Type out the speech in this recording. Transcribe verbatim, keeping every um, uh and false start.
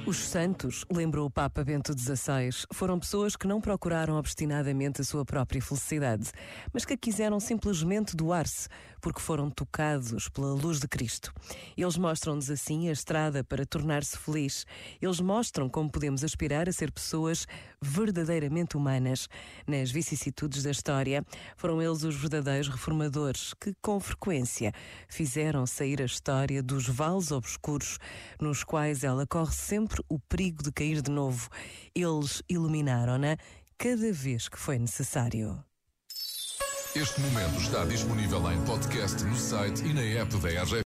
Os santos, lembrou o Papa Bento dezasseis, foram pessoas que não procuraram obstinadamente a sua própria felicidade, mas que quiseram simplesmente doar-se, porque foram tocados pela luz de Cristo. Eles mostram-nos assim a estrada para tornar-se feliz. Eles mostram como podemos aspirar a ser pessoas verdadeiramente humanas. Nas vicissitudes da história, foram eles os verdadeiros reformadores que, com frequência, fizeram sair a história dos vales obscuros nos quais ela corre sempre o perigo de cair de novo. Eles iluminaram-na cada vez que foi necessário. Este momento está disponível em podcast no site e na app da R G F.